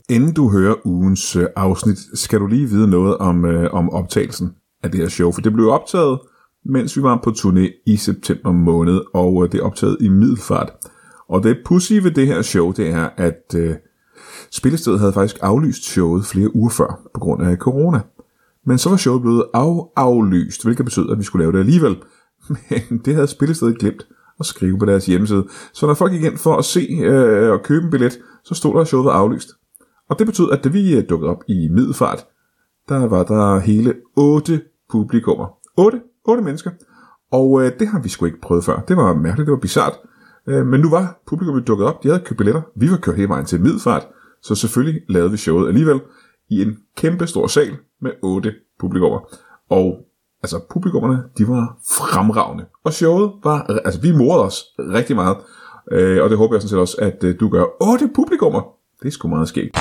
Inden du hører ugens afsnit, skal du lige vide noget om optagelsen af det her show, for det blev optaget, mens vi var på turné i september måned, og det er optaget i Middelfart. Og det pudsige ved det her show, det er, at Spillestedet havde faktisk aflyst showet flere uger før, på grund af corona. Men så var showet blevet aflyst, hvilket betød, at vi skulle lave det alligevel. Men det havde Spillestedet glemt at skrive på deres hjemmeside. Så når folk gik ind for at se og købe en billet, så stod der, at showet var aflyst. Og det betød, at da vi dukkede op i Middelfart, der var der hele 8 publikummer. 8 mennesker. Og det har vi sgu ikke prøvet før. Det var mærkeligt, det var bizart. Men nu var publikummet dukket op, de havde købt billetter. Vi var kørt hele vejen til Middelfart, så selvfølgelig lavede vi showet alligevel i en kæmpe stor sal med 8 publikummer. Og altså publikummerne, de var fremragende. Og showet var, altså vi morede os rigtig meget. Og det håber jeg sådan set også, at du gør. 8 publikummer, det er sgu meget skægt.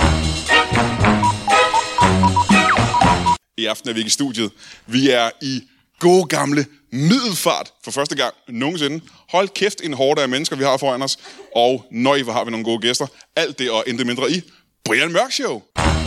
I aften er vi ikke i studiet. Vi er i gode gamle Middelfart for første gang nogensinde. Hold kæft en horde af mennesker, vi har foran os. Og nøj, hvor har vi nogle gode gæster. Alt det og intet mindre i Brian Mørk Show.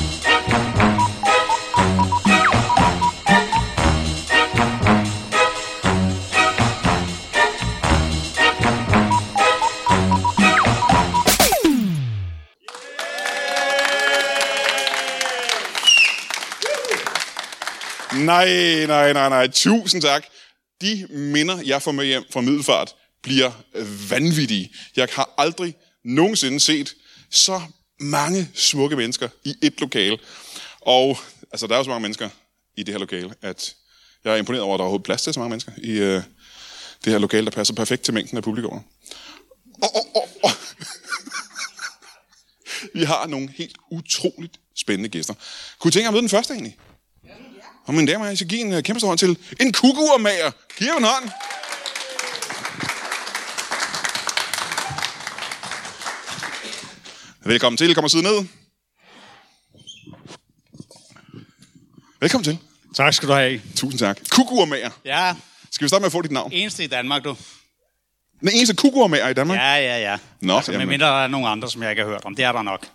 Nej. Tusind tak. De minder, jeg får med hjem fra Middelfart, bliver vanvittige. Jeg har aldrig nogensinde set så mange smukke mennesker i et lokale. Og altså, der er jo så mange mennesker i det her lokale, at jeg er imponeret over, at der er overhovedet plads til så mange mennesker i det her lokale, der passer perfekt til mængden af publikummer. Vi har nogle helt utroligt spændende gæster. Kunne I tænke jer at møde den første egentlig? Og mine damer, jeg skal give en kæmpe stor hånd til en kuguermager. Giv en hånd. Velkommen til. Kom og sidde ned. Velkommen til. Tak skal du have. Tusind tak. Kuguermager. Ja. Skal vi starte med at få dit navn? Eneste i Danmark, du. Den eneste kuguermager i Danmark? Ja. Nå, altså, medmindre der er nogle andre, som jeg ikke har hørt om. Det er der nok.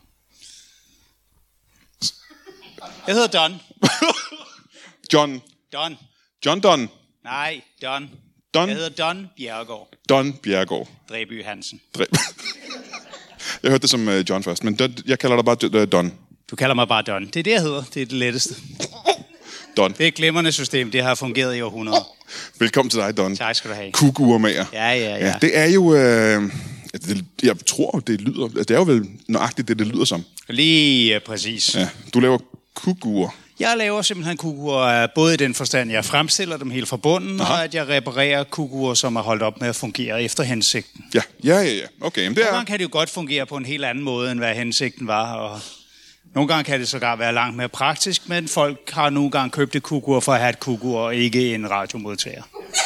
Jeg hedder Don. John Don. Nej, Don. Don? Jeg hedder Don Bjerregaard. Don Bjerregaard. Dræby Hansen. Jeg hørte det som John først, men jeg kalder dig bare Don. Du kalder mig bare Don. Det er det, jeg hedder. Det er det letteste. Don. Det er et glimrende system. Det har fungeret i århundreder. Velkommen til dig, Don. Tak skal du have. Kuguermager. Ja. Det er jo... jeg tror, det lyder... Det er jo vel nøjagtigt, det lyder som. Lige præcis. Ja, du laver kuguer. Jeg laver simpelthen kuguer, både i den forstand, jeg fremstiller dem helt fra bunden, og at jeg reparerer kuguer, som er holdt op med at fungere efter hensigten. Ja. Okay, men det er... Nogle gange kan det jo godt fungere på en helt anden måde, end hvad hensigten var, og nogle gange kan det sågar være langt mere praktisk, men folk har nogle gange købt et kugur for at have et kugur, og ikke en radiomodtager.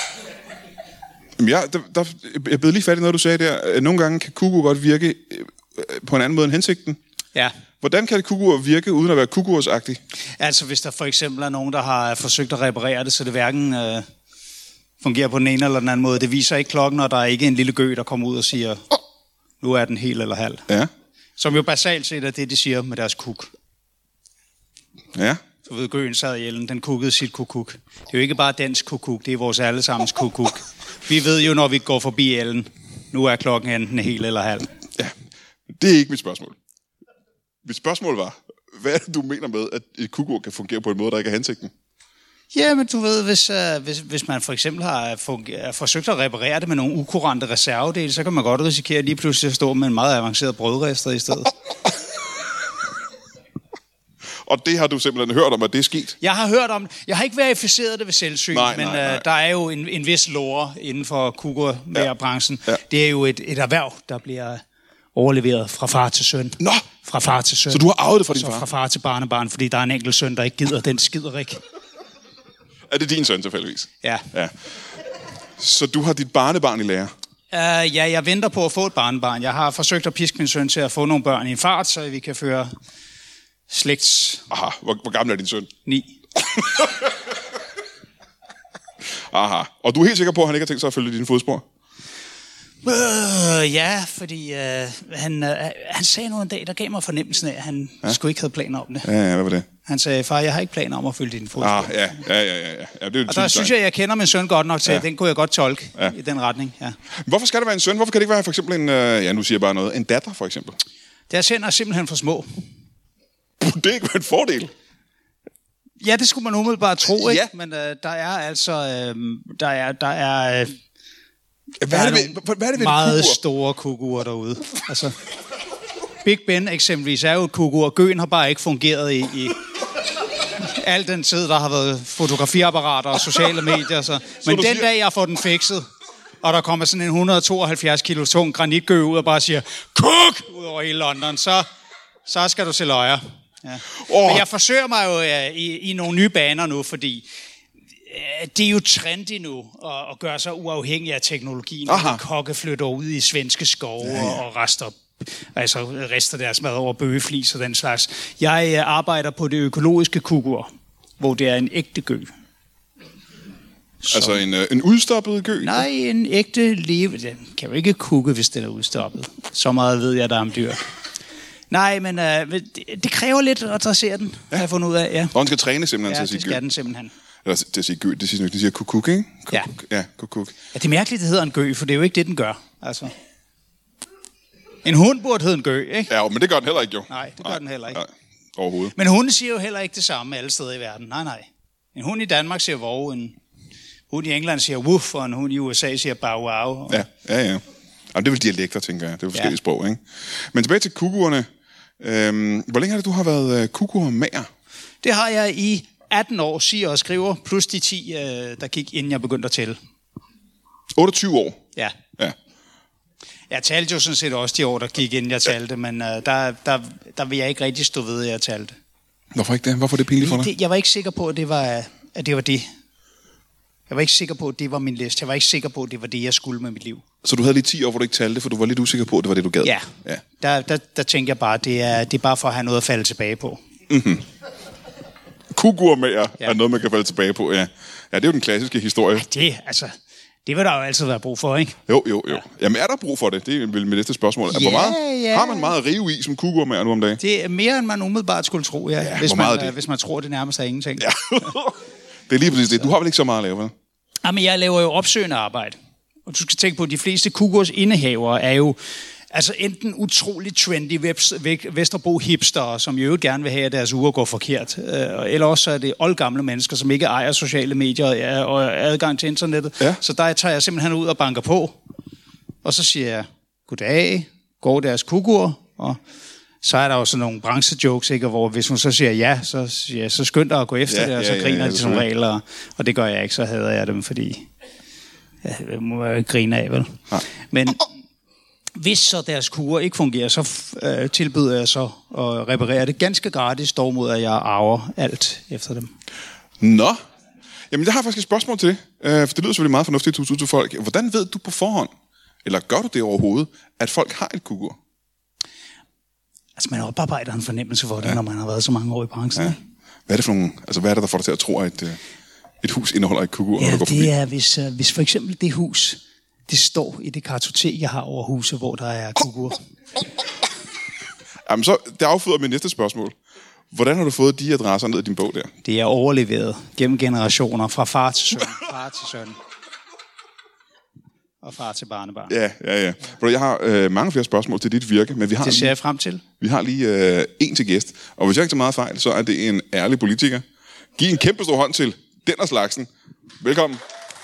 Jeg blev lige fat i noget, du sagde der. Nogle gange kan kugur godt virke på en anden måde end hensigten. Ja. Hvordan kan et kugur virke, uden at være kugursagtig? Altså, hvis der for eksempel er nogen, der har forsøgt at reparere det, så det hverken fungerer på den ene eller den anden måde. Det viser ikke klokken, og der er ikke en lille gø, der kommer ud og siger, nu er den hel eller halv. Ja. Som jo basalt set er det, de siger med deres kuk. Ja. Så ved gøen sad i elen, den kukkede sit kukuk. Det er jo ikke bare dens kukuk, det er vores allesammens kukuk. Vi ved jo, når vi går forbi elen, nu er klokken enten hel eller halv. Ja, det er ikke mit spørgsmål. Mit spørgsmål var, hvad er det, du mener med, at et kugur kan fungere på en måde, der ikke er hensigten? Ja, men du ved, hvis man for eksempel har forsøgt at reparere det med nogle ukurante reservedele, så kan man godt risikere lige pludselig at stå med en meget avanceret brødrester i stedet. Og det har du simpelthen hørt om, at det er sket? Jeg har hørt om det. Jeg har ikke verificeret det ved selvsyn, men der er jo en vis lore inden for kuguermagerbranchen. Ja. Det er jo et erhverv, der bliver overleveret fra far til søn. Nå! Fra far til søn. Så du har arvet det fra din far? Fra far til barnebarn, fordi der er en enkelt søn, der ikke gider den skiderik. Er det din søn tilfældigvis? Ja. Så du har dit barnebarn i lære? Ja, jeg venter på at få et barnebarn. Jeg har forsøgt at piske min søn til at få nogle børn i en fart, så vi kan føre slægts... Aha, hvor gammel er din søn? 9. Aha, og du er helt sikker på, at han ikke har tænkt sig at følge dine fodspor? Ja, fordi han sagde noget en dag, der gav mig fornemmelsen af, at han skulle ikke have planer om det. Ja, hvad var det? Han sagde, far, jeg har ikke planer om at følge dine fodspor. Ja. Det er og der synes jeg kender min søn godt nok til, den kunne jeg godt tolke i den retning. Ja. Hvorfor skal det være en søn? Hvorfor kan det ikke være for eksempel nu siger jeg bare noget, en datter for eksempel? Deres hænder er simpelthen for små. Det er ikke en fordel. Ja, det skulle man umiddelbart tro, ikke? Ja. Men der er altså... Hvad er det ved meget store kuguer derude. Altså, Big Ben eksempelvis er jo et kugur. Gøen har bare ikke fungeret i al den tid, der har været fotografiapparater og sociale medier. Så. Men den dag, jeg får den fikset, og der kommer sådan en 172 kilo tung granitgø ud og bare siger, kuk! Ud over hele London, så skal du se løjer. Ja. Men jeg forsøger mig jo i nogle nye baner nu, fordi det er jo trendy nu at gøre sig uafhængig af teknologien. Kokke flytter ud i svenske skove og rester deres mad over bøgeflis og den slags. Jeg arbejder på det økologiske kugur, hvor det er en ægte gø. Altså en udstoppet gø? Nej, en ægte leve. Den kan jo ikke kukke, hvis den er udstoppet. Så meget ved jeg, der er om dyr. Nej, men det kræver lidt at dressere den, har jeg fundet ud af. Ja. Og den skal træne simpelthen til at sige gø. Ja, det skal den simpelthen. Eller til at sige gø, det siger kukuk, ikke? Kukuk. Ja, kukuk. Ja, det er mærkeligt, det hedder en gø, for det er jo ikke det, den gør. Altså. En hund burde hedde en gø, ikke? Ja, men det gør den heller ikke, jo. Nej, det gør den heller ikke. Nej, overhovedet. Men hunden siger jo heller ikke det samme alle steder i verden. Nej. En hund i Danmark siger vov, en hund i England siger woof, og en hund i USA siger bow wow. Ja. Jamen, det er vel dialekter, tænker jeg. Det er forskellige sprog, ikke? Men tilbage til kuguerne. Hvor længe har det, du har været kuguermager? Det har jeg i 18 år, siger og skriver, plus de 10, der gik, inden jeg begyndte at tælle. 28 år? Ja. Jeg talte jo sådan set også de år, der gik, inden jeg talte, men der vil jeg ikke rigtig stå ved, at jeg talte. Hvorfor ikke det? Hvorfor er det pinligt for dig? Jeg var ikke sikker på, at det var det. Jeg var ikke sikker på, at det var min liste. Jeg var ikke sikker på, at det var det, jeg skulle med mit liv. Så du havde lige 10 år, hvor du ikke talte, for du var lidt usikker på, at det var det, du gad? Ja. Der tænkte jeg bare, at det er bare for at have noget at falde tilbage på. Mm-hmm. Kuguermager er noget, man kan falde tilbage på, ja. Ja, det er jo den klassiske historie. Ja, det vil der jo altid være brug for, ikke? Jo. Ja. Jamen, er der brug for det? Det er vel mit næste spørgsmål. Hvor meget har man meget at rive i som kuguermager nu om dagen? Det er mere, end man umiddelbart skulle tro, hvis man tror, det nærmest er ingenting. Ja. Det er lige præcis det. Du har vel ikke så meget at lave, vel? Jamen, jeg laver jo opsøgende arbejde. Og du skal tænke på, at de fleste kugurs indehavere er jo enten utrolig trendy Vesterbro hipster, som jo gerne vil have, at deres uger går forkert. Eller også er det oldgamle mennesker, som ikke ejer sociale medier og adgang til internettet. Ja. Så der tager jeg simpelthen ud og banker på. Og så siger jeg, goddag, går deres kugur, og så er der jo sådan nogle branchejokes, ikke? Hvor hvis hun så siger ja, så siger jeg, så skynd dig at gå efter det, og så griner de som regel, og det gør jeg ikke, så hader jeg dem, fordi jeg må jo ikke grine af, vel? Ja. Men hvis så deres kur ikke fungerer, så tilbyder jeg så at reparere det ganske gratis, dog mod at jeg arver alt efter dem. Nå, jamen jeg har faktisk et spørgsmål til det, for det lyder selvfølgelig meget fornuftigt ud til folk. Hvordan ved du på forhånd, eller gør du det overhovedet, at folk har et kugur? Altså man oparbejder en fornemmelse for det, når man har været så mange år i branchen. Ja. Hvad er det for nogle, hvad er det, der får dig til at tro, at et hus indeholder et kugur, når du går forbi? Det er, hvis for eksempel det hus, det står i det kartotek, jeg har over huset, hvor der er kugur. Jamen så, det afføder mit næste spørgsmål. Hvordan har du fået de adresser ned i din bog der? Det er overleveret gennem generationer, fra far til søn, og far til barnebarn. Ja. Jeg har mange flere spørgsmål til dit virke, men vi har det ser jeg frem til. Vi har lige en til gæst, og hvis jeg ikke tager meget fejl, så er det en ærlig politiker. Giv en kæmpe stor hånd til Dennis Laksen. Velkommen.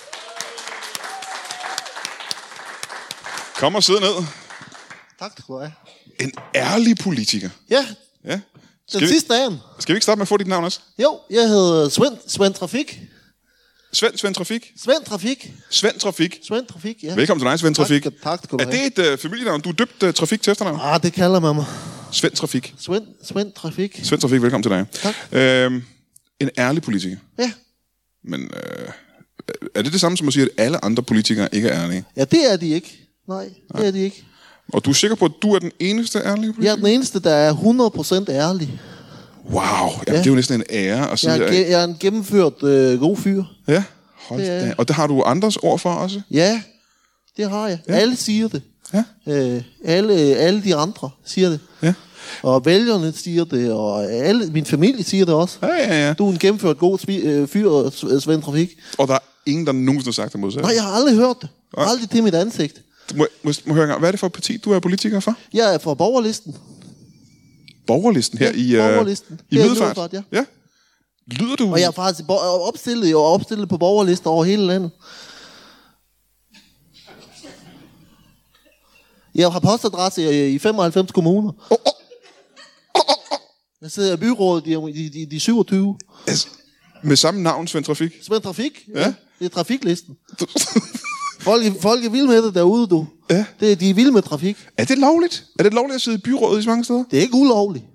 Kom og sidde ned. Tak skal du have. En ærlig politiker. Ja. Den sidste dagen. Skal vi ikke starte med at få dit navn også? Jo, jeg hedder Svend Trafik. Svend Trafik? Svend Trafik, ja. Velkommen til dig, Svend Trafik. Tak skal du have. Er det et familienavn? Du er døbt Trafik til efternavn? Det kalder man mig. Svend Trafik. Svend Trafik. Svend Trafik, velkommen til dig. Tak. En ærlig politiker. Ja. Men er det samme som at sige, at alle andre politikere ikke er ærlige? Ja, det er de ikke. Nej, det er de ikke. Og du er sikker på, at du er den eneste ærlige politiker? Jeg er den eneste, der er 100% ærlig. Wow, jamen, det er jo næsten en ære at sige. Jeg er en gennemført god fyr. Ja, hold da. Og det har du andres ord for også? Ja. Det har jeg. Ja. Alle siger det. Ja. Alle de andre siger det. Ja. Og vælgerne siger det, og min familie siger det også. Ja. Du er en gennemført god fyr, Svend Trafik. Og der er ingen, der nogensinde har sagt det modsatte. Nej, jeg har aldrig hørt det. Aldrig til mit ansigt. Må høre engang, hvad er det for et parti, du er politiker for? Jeg er fra Borgerlisten. Borgerlisten her i Borgerlisten. i Her i Middelfart? Middelfart, ja. Ja. Lyder du... Og jeg er faktisk opstillet på borgerlister over hele landet. Jeg har postadresse i 95 kommuner. Jeg sidder i byrådet i de 27. Altså, med samme navn, Svend Trafik? Svend Trafik? Ja. Det er trafiklisten. Folk er vilde med det derude, du. Ja. De er vilde med trafik. Er det lovligt? Er det lovligt at sidde i byrådet i så mange steder? Det er ikke ulovligt.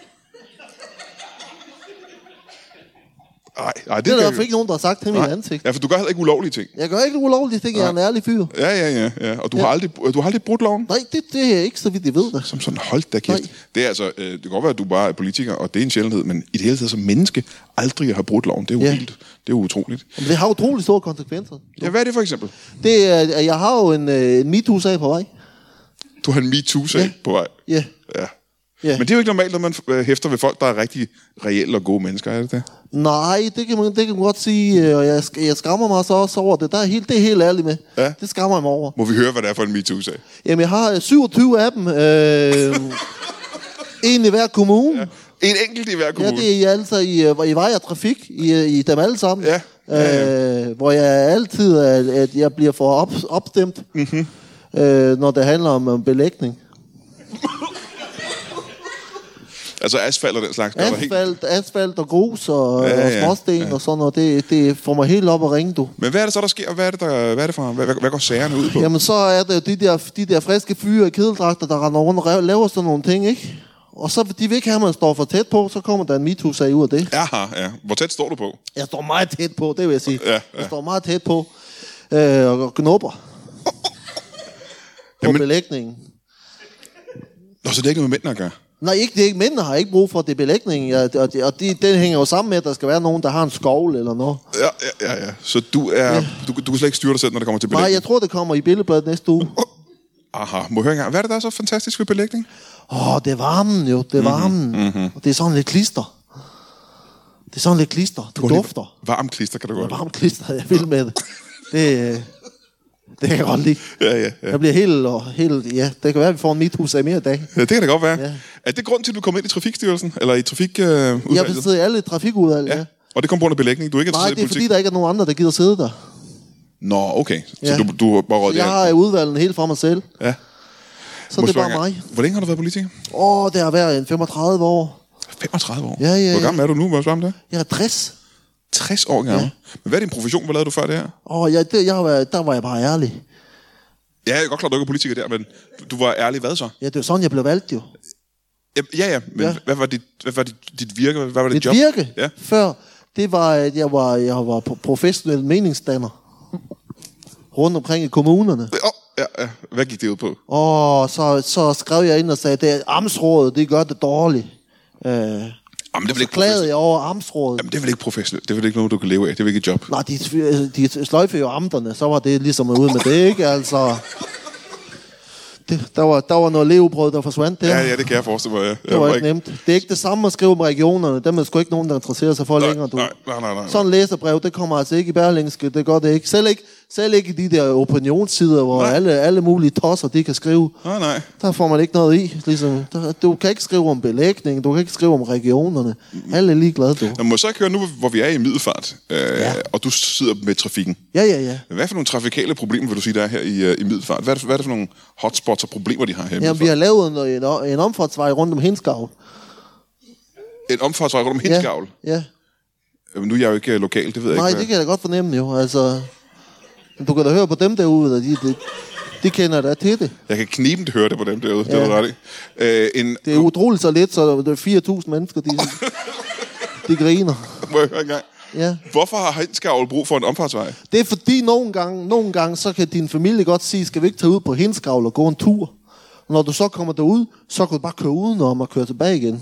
Nej, Det er der i hvert fald ikke nogen, der har sagt til mit ansigt. Ja, for du gør heller ikke ulovlige ting. Jeg gør ikke ulovlige ting, jeg er en ærlig fyr. Ja. Og du har aldrig brudt loven? Nej, det er ikke, så vidt jeg ved det. Som sådan, hold da kæft. Nej. Det er altså, det kan godt være, at du bare er politiker, og det er en sjældenhed, men i det hele taget som menneske aldrig har brudt loven. Det er jo vildt. Det er jo utroligt. Men det har utrolig store konsekvenser. Ja, hvad er det for eksempel? Det er, jeg har jo en MeToo-sag på vej. Du har en MeToo-sag på vej. Ja. Men det er jo ikke normalt, når man hæfter ved folk, der er rigtig reelle og gode mennesker, er det det? Nej, det kan man godt sige, og jeg skammer mig så også over det. Det er helt ærligt med. Ja. Det skammer jeg mig over. Må vi høre, hvad det er for en MeToo-sag? Jamen, jeg har 27 af dem. En i hver kommune. Ja. En enkelt i hver kommune? Ja, det er altså i vej og trafik, i dem alle sammen. Ja. Hvor jeg altid, at jeg bliver for opstemt, når det handler om belægning. Altså asfalt og den slags? Asfalt og grus og småsten og sådan noget, det får mig helt op at ringe, du. Men hvad er det så, der sker? Hvad går sagerne ud på? Jamen, så er det jo de der friske fyre i kedeldragter, der render rundt og laver sådan nogle ting, ikke? Og så de vil ikke have, at man står for tæt på, så kommer der en MeToo-sag ud af det. Ja. Hvor tæt står du på? Jeg står meget tæt på, det vil jeg sige. Ja. Jeg står meget tæt på og knupper på belægningen. Nå, så det er ikke noget med mændene at gøre? Nej, det er ikke mændene har ikke brug for det belægning, den hænger jo sammen med, at der skal være nogen, der har en skovl eller noget. Ja. Så du kan slet ikke styre dig selv, når det kommer til belægning? Nej, jeg tror, det kommer i Billedbladet næste uge. Aha, må jeg høre engang. Hvad er det, der er så fantastisk ved belægning? Det er varmen jo, det er varmen. Og det er sådan lidt klister. Det dufter. Varm klister, kan du godt. Varmt klister, jeg vil med det. Det kan jeg godt lide. Ja. Jeg bliver helt, det kan være, at vi får en MeToo-sag mere i dag. Ja, det kan det godt være. Ja. Er det grund til, at du kom ind i Trafikstyrelsen? Eller i Trafikudvalget? Jeg vil sidde i alle trafikudvalg, ja. Og det kom på grund af belægning? Du er ikke Nej, interesseret det er i politik? fordi, der ikke er nogen andre, der gider sidde der. Nå, okay. Så Ja. du har bare råd Jeg har udvalgene helt fra mig selv. Ja. Så det er bare mig. Hvor længe har du været politiker? Det har været en 35 år. 35 år? Ja. Hvor gammel er du nu? Må jeg spørge om det? Jeg er 60. 60 år gammel? Ja. Men hvad er din profession? Hvad lavede du før det her? Der var jeg bare ærlig. Ja, jeg er godt klar, at du ikke er politiker der, men du var ærlig. Hvad så? Ja, det var sådan, jeg blev valgt jo. Ja. Men Ja. hvad var dit virke? Hvad var dit Mit job? virke Ja. før, det var, at jeg var professionel meningsdanner. Rundt omkring i kommunerne. Ja. Hvad gik det ud på? Og så skrev jeg ind og sagde, at amtsrådet, det gør det dårligt. Jamen, det er vel Så ikke klagede jeg over amtsrådet. Jamen, det er vel ikke professionelt. Det er vel ikke noget, du kan leve af. Det er vel ikke et job. Nej, de sløjfede jo amterne, så var det ligesom ud med det, ikke? Altså, der var noget levebrød, der forsvandt der. Ja, det kan jeg forestille mig. Ja. Det var ikke nemt. Det er ikke det samme at skrive om regionerne. Dem er sgu ikke nogen, der interesserer sig for længere. Du. Nej. Sådan en læserbrev, det kommer altså ikke i Berlingske. Det gør det ikke. Selv ikke i de der opinionssider, hvor alle mulige tosser, de kan skrive. Nej. Der får man ikke noget i. Ligesom, du kan ikke skrive om belægning, du kan ikke skrive om regionerne. Alle er ligeglade, du. Jeg må så ikke høre nu, hvor vi er i Middelfart, og du sidder med trafikken. Ja. Hvad for nogle trafikale problemer vil du sige, der er her i Middelfart? Hvad er det for nogle hotspots og problemer, de har her i Middelfart? Jamen, vi har lavet en omfartsvej rundt om Hindsgavl. En omfartsvej rundt om Hindsgavl? Ja. Nu er jeg jo ikke lokal, det ved jeg Nej, ikke. det kan jeg da godt fornemme jo. Altså, du kan da høre på dem derude, at de kender da til det. Jeg kan knibent høre det på dem derude, det er du ret i. Det er utroligt så lidt, så det er 4.000 mennesker, de griner. Må jeg høre en gang? Ja. Hvorfor har Hindsgavl brug for en omfartsvej? Det er fordi nogle gange, så kan din familie godt sige, skal vi ikke tage ud på Hindsgavl og gå en tur? Og når du så kommer derud, så kan du bare køre udenom og køre tilbage igen.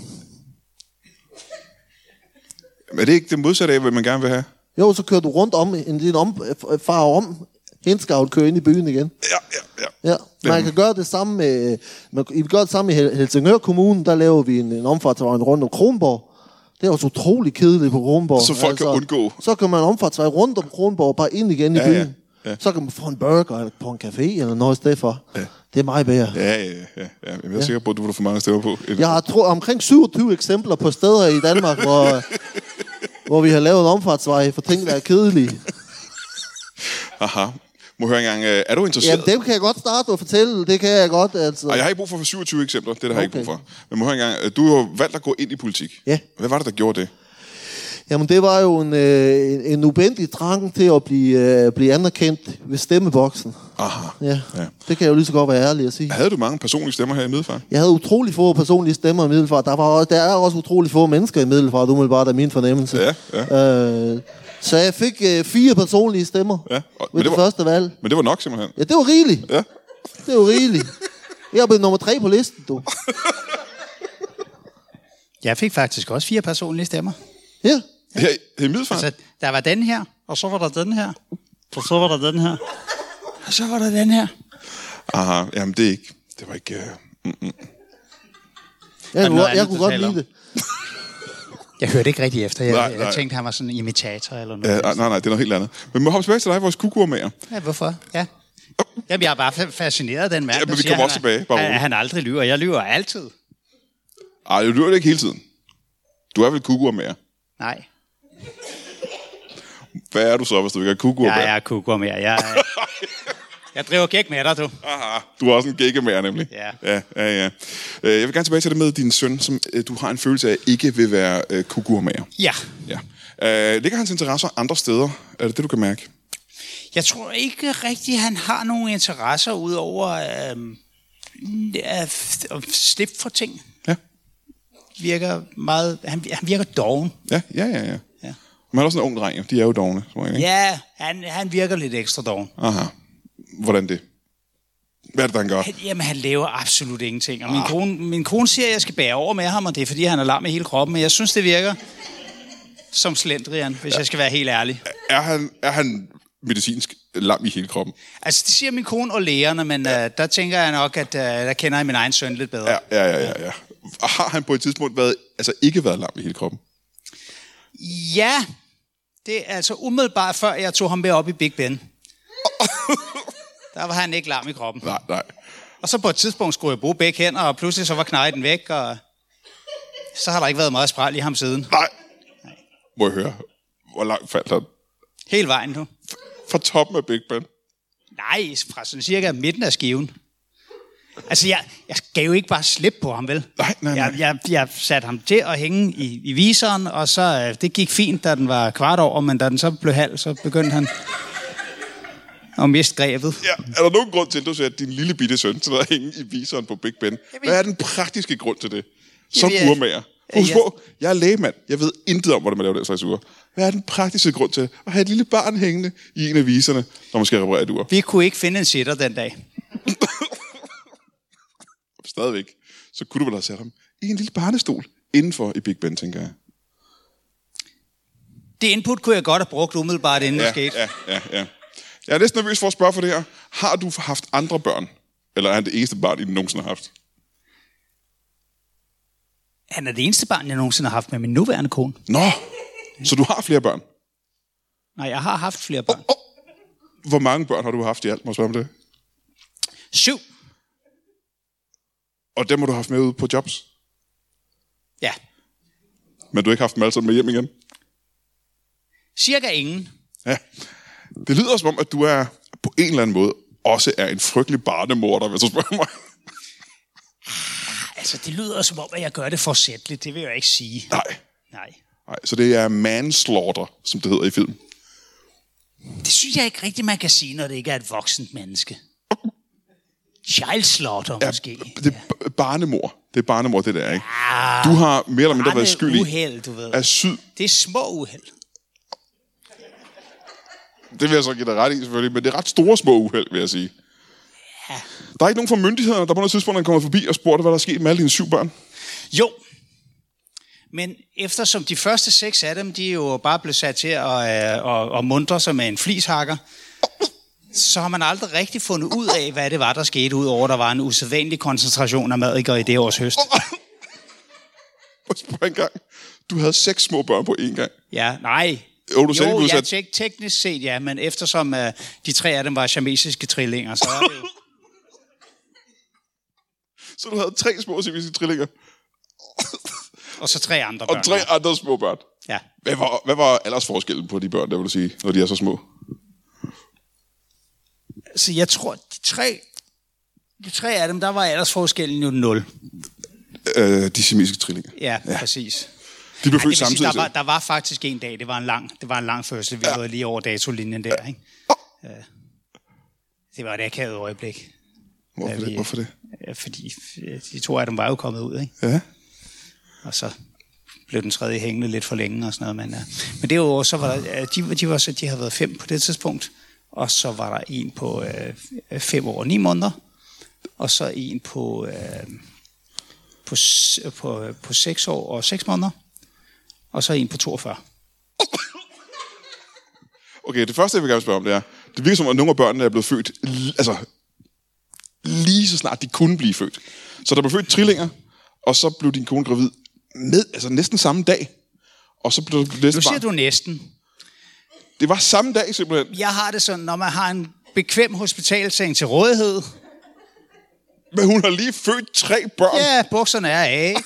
Men er det ikke det modsatte af, hvad man gerne vil have? Jo, så kører du rundt om, far om Hindsgavl kører ind i byen igen. Ja. Man kan gøre det samme med... I gør det samme i Helsingør Kommune. Der laver vi en omfartsvej rundt om Kronborg. Det er også utroligt kedeligt på Kronborg. Så folk kan undgå. Så kan man omfartsvej rundt om Kronborg og bare ind igen i byen. Ja. Så kan man få en burger eller på en café eller noget i stedet for. Ja. Det er meget bedre. Ja. Jeg er sikker på, at du vil få mange stemmer på. Jeg har omkring 27 eksempler på steder i Danmark, hvor vi har lavet en omfartsvej for ting, der er kedelige. Aha. Må høre engang, er du interesseret? Jamen, det kan jeg godt starte og fortælle. Det kan jeg godt, altså. Og jeg har ikke brug for 27 eksempler. Det har jeg ikke brug for. Men må høre engang, du har jo valgt at gå ind i politik. Ja. Hvad var det, der gjorde det? Jamen, det var jo en ubendig trang til at blive anerkendt ved stemmeboksen. Aha. Ja. Det kan jeg jo lige så godt være ærlig at sige. Havde du mange personlige stemmer her i Middelfart? Jeg havde utrolig få personlige stemmer i Middelfart. Der er også utrolig få mennesker i Middelfart, umiddelbart af min fornemmelse. Ja. Så jeg fik 4 personlige stemmer ved det første valg. Men det var nok simpelthen? Ja, det var rigeligt. Ja. Det var rigeligt. Jeg blev nummer 3 på listen, du. Jeg fik faktisk også 4 personlige stemmer. Ja. Her i Middelfart? Altså, der var den her, og så var der den her, og så var der den her, og så var der den her. Aha, jamen det er ikke... Det var ikke... Jeg kunne godt lide det. Jeg hørte ikke rigtig efter. Nej. Jeg tænkte, han var sådan en imitator eller noget. Nej, det er noget helt andet. Men må hoppe tilbage til dig, vores kukurmager. Ja, hvorfor? Ja. Jamen, jeg er bare fascineret af den mand, men vi kommer også tilbage. Han aldrig lyver. Jeg lyver altid. Ej, du lyver det ikke hele tiden. Du er vel kukurmager? Nej. Hvad er du så, hvis du ikke er kukurmager? Jeg er kukurmager. Jeg driver gæk med dig, du. Aha, du er også en gækkemager, nemlig. Ja. Jeg vil gerne tilbage til det med din søn, som du har en følelse af ikke vil være kukurmager. Ja. Ligger hans interesser andre steder? Er det det, du kan mærke? Jeg tror ikke rigtigt, han har nogen interesser udover at slippe for ting. Ja. Virker meget... Han virker doven. Ja. Men han er også en ung dreng, de er jo dovne. Ja, han virker lidt ekstra doven. Aha. Hvordan det? Hvad er det, han gør? Jamen, han laver absolut ingenting. Og min kone siger, at jeg skal bære over med ham, og det er, fordi han er lam i hele kroppen. Men jeg synes, det virker som slendrian, hvis jeg skal være helt ærlig. Er han medicinsk lam i hele kroppen? Altså, det siger min kone og lægerne, men der tænker jeg nok, at der kender jeg min egen søn lidt bedre. Ja. Har han på et tidspunkt ikke været lam i hele kroppen? Ja, det er altså umiddelbart før jeg tog ham med op i Big Ben. Der var han ikke lam i kroppen. Nej. Og så på et tidspunkt skulle jeg bruge begge hænder, og pludselig så var knejden væk, og så har der ikke været meget spræl i ham siden. Nej. Må jeg høre, hvor langt faldt han? Hele vejen nu. Fra toppen af Big Ben? Nej, fra sådan cirka midten af skiven. Altså, jeg gav jo ikke bare slip på ham, vel? Nej. Jeg satte ham til at hænge i viseren, og så det gik fint, da den var kvart over, men da den så blev halv, så begyndte han at miste grebet. Ja, er der nogen grund til, at du siger, at din lille bitte søn til at hænge i viseren på Big Ben? Hvad er den praktiske grund til det? Som urmager. Husk på, jeg er lægemand. Jeg ved intet om, hvordan man laver den slags ure. Hvad er den praktiske grund til at have et lille barn hængende i en af viserne, når man skal reparere et ur? Vi kunne ikke finde en sitter den dag. Stadigvæk. Så kunne du vel have sat ham i en lille barnestol indenfor i Big Ben, tænker jeg. Det input kunne jeg godt have brugt umiddelbart, inden det skete. Ja. Jeg er næsten nervøs for at spørge for det her. Har du haft andre børn? Eller er han det eneste barn, I nogensinde har haft? Han er det eneste barn, jeg nogensinde har haft med min nuværende kone. Nå, så du har flere børn? Nej, jeg har haft flere børn. Hvor mange børn har du haft i alt? Må jeg spørge om det? 7. Og dem har du haft med ud på jobs? Ja. Men du har ikke haft dem alle sammen med hjem igen? Cirka ingen. Ja. Det lyder som om, at du er på en eller anden måde også er en frygtelig barnemorder, hvis du spørger mig. Altså, det lyder som om, at jeg gør det forsætligt. Det vil jeg ikke sige. Nej. Så det er manslaughter, som det hedder i film. Det synes jeg ikke rigtigt, man kan sige, når det ikke er et voksent menneske. Child slaughter, måske. Det er barnemor. Det er barnemor, det der, ikke? Du har mere eller mindre været skyld i. Uheld, du ved. Det er små uheld. Det vil jeg så give dig ret i, selvfølgelig. Men det er ret store små uheld, vil jeg sige. Ja. Der er ikke nogen fra myndighederne, der på noget tidspunkt er kommet forbi og spurgte, hvad der er sket med alle dine 7 børn? Jo. Men eftersom de første 6 af dem, de er jo bare blevet sat til at muntre sig med en flishakker, så har man aldrig rigtig fundet ud af, hvad det var, der skete, udover der var en usædvanlig koncentration af maddiker i det års høst. På en gang. Du havde 6 små børn på én gang. Ja, nej. Teknisk set ja, men eftersom de 3 af dem var siamesiske trillinger, så er det jo... Så du havde 3 små siamesiske trillinger? Og så 3 andre børn. Og 3 andre små børn? Ja. Hvad var aldersforskellen på de børn, der vil du sige, når de er så små? Så jeg tror, de tre af dem, der var aldersforskellen jo 0. De siamesiske trillinger? Ja, præcis. De blev født samtidig? Der var faktisk en dag, det var en lang fødsel, vi var lige over datolinjen der, ikke? Det var et akavet øjeblik. Hvorfor det? Fordi de 2 af dem var jo kommet ud, ikke? Ja. Og så blev den tredje hængende lidt for længe og sådan noget. Men derudover, så var der, de havde været 5 på det tidspunkt, og så var der en på 5 år og 9 måneder, og så en på 6 år og 6 måneder, og så en på 42. Okay, det første, jeg vil gerne spørge om, det er, det virker som, at nogle af børnene er blevet født, lige så snart de kunne blive født. Så der blev født trillinger, og så blev din kone gravid næsten samme dag. Og så blev det næste Nu siger du næsten. Det var samme dag simpelthen. Jeg har det sådan, når man har en bekvem hospitalseng til rådighed. Men hun har lige født 3 børn. Ja, bukserne er af.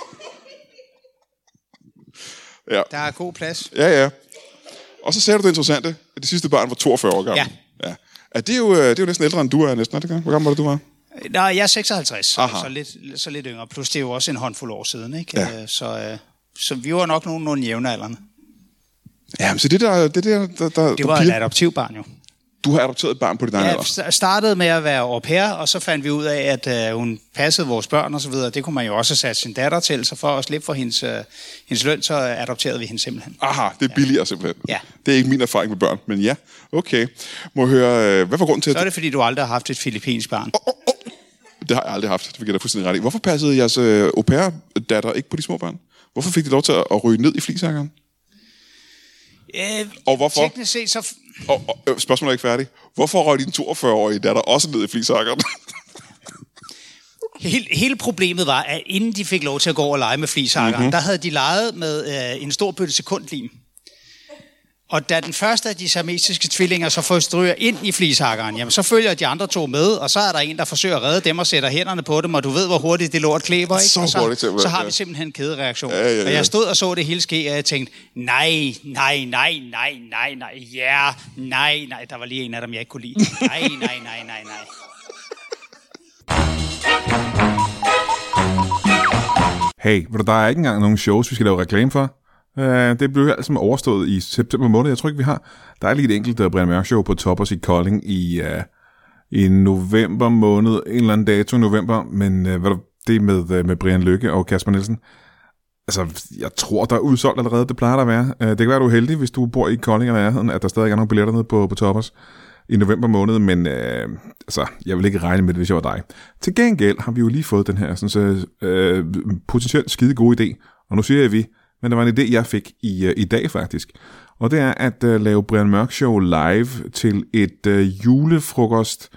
Ja. Der er god plads. Ja. Og så sagde du det interessante, at det sidste barn var 42 år gammel. Ja. Det er jo næsten ældre, end du er næsten, er det ikke? Hvor gammel var det, du var? Nej, jeg er 56, så lidt yngre. Plus det er jo også en håndfuld år siden, ikke? Ja. Så vi var nok nogenlunde jævnaldrende. Ja, men så det var et adoptivbarn jo. Du har adopteret et barn på dit egen alder? Jeg startede med at være au pair, og så fandt vi ud af, at hun passede vores børn og så videre. Det kunne man jo også have sat sin datter til, så for at slippe for hendes løn, så adopterede vi hende simpelthen. Aha, det er billigere simpelthen. Ja. Det er ikke min erfaring med børn, men ja, okay. Må jeg høre, hvad var grunden til, Så er det, fordi du aldrig har haft et filippinsk barn. Det har jeg aldrig haft, det fik jeg da fuldstændig ret i. Hvorfor passede jeres au pair-datter ikke på de små børn? Hvorfor fik de lov til at ryge ned i flishakkeren? Og hvorfor? Teknisk set så... Spørgsmålet er ikke færdigt. Hvorfor røg din 42-årige datter også ned i flishakkeren? Hele problemet var, at inden de fik lov til at gå over og lege med flishakkeren, der havde de leget med en stor bøtte sekundlim. Og da den første af de siamesiske tvillinger så forstryger ind i flishakkeren, jamen så følger de andre 2 med, og så er der en, der forsøger at redde dem og sætter hænderne på dem, og du ved, hvor hurtigt det lort klæber, ikke? Så har vi simpelthen en kædereaktion. Ja. Og jeg stod og så det hele ske, og jeg tænkte, nej, der var lige en af dem, jeg ikke kunne lide. Nej. Hey, der er ikke engang nogen shows, vi skal lave reklame for. Det blev altså overstået i september måned. Jeg tror ikke, vi har. Der er lige et enkelt Brian Mørk Show på Toppers i Kolding i november måned. En eller anden dato i november. Men det er med Brian Lykke og Kasper Nielsen. Altså, jeg tror, der er udsolgt allerede. Det plejer der at være. Det kan være, du er heldig, hvis du bor i Kolding eller nærheden, at der stadig er nogle billetter nede på Toppers i november måned. Men jeg vil ikke regne med det, hvis jeg var dig. Til gengæld har vi jo lige fået den her potentielt skide gode idé. Og nu siger jeg vi. Men der var en idé, jeg fik i dag faktisk. Og det er at lave Brian Mørk Show live til et julefrokost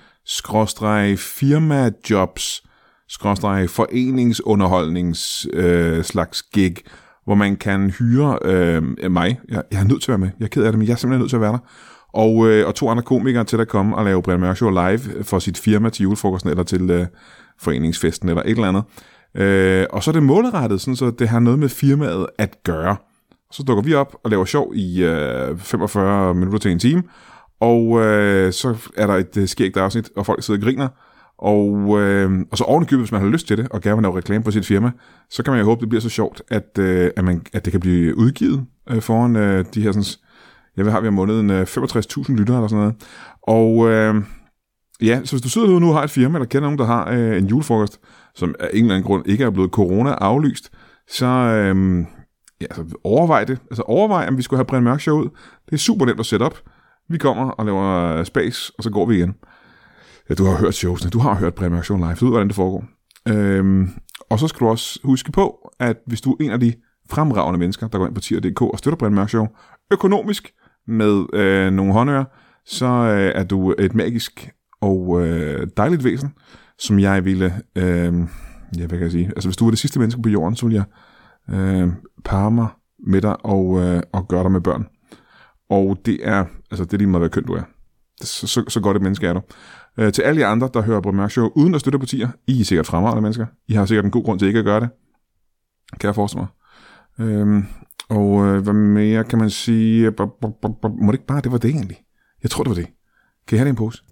firmajobs foreningsunderholdnings slags gig, hvor man kan hyre mig. Jeg er nødt til at være med. Jeg er ked af det, men jeg er simpelthen nødt til at være der. Og 2 andre komikere til at komme og lave Brian Mørk Show live for sit firma til julefrokosten eller til foreningsfesten eller et eller andet. Og så er det målrettet, sådan, så det har noget med firmaet at gøre. Så dukker vi op og laver sjov i 45 minutter til en time, og så er der et skægt afsnit, og folk sidder og griner, og så ovenikøbet, hvis man har lyst til det, og gerne vil lave reklame på sit firma, så kan man jo håbe, det bliver så sjovt, at det kan blive udgivet foran de her, sådan, vi har måneden 65.000 lyttere eller sådan noget. Og ja, så hvis du sidder derude nu og har et firma, eller kender nogen, der har en julefrokost, som af en eller anden grund ikke er blevet corona-aflyst, så overvej det. Altså overvej, om vi skulle have Brian Mørk Show ud. Det er super nemt at sætte op. Vi kommer og laver space, og så går vi igen. Ja, du har hørt showsene. Du har hørt Brian Mørk Show live. Du ved, hvordan det foregår. Og så skal du også huske på, at hvis du er en af de fremragende mennesker, der går ind på tier.dk og støtter Brian Mørk Show økonomisk med nogle håndører, så er du et magisk og dejligt væsen, som jeg ville, hvad kan jeg sige, altså hvis du var det sidste menneske på jorden, så ville jeg parre mig med dig og gøre dig med børn. Og det er lige meget, hvad køn du er. Så godt et menneske er du. Til alle jer andre, der hører på Mørk Show uden at støtte partier, I er sikkert fremragende mennesker. I har sikkert en god grund til ikke at gøre det. Kan jeg forestille mig. Hvad mere kan man sige? Må det ikke bare, det var det egentlig? Jeg tror, det var det. Kan I have det i en pose?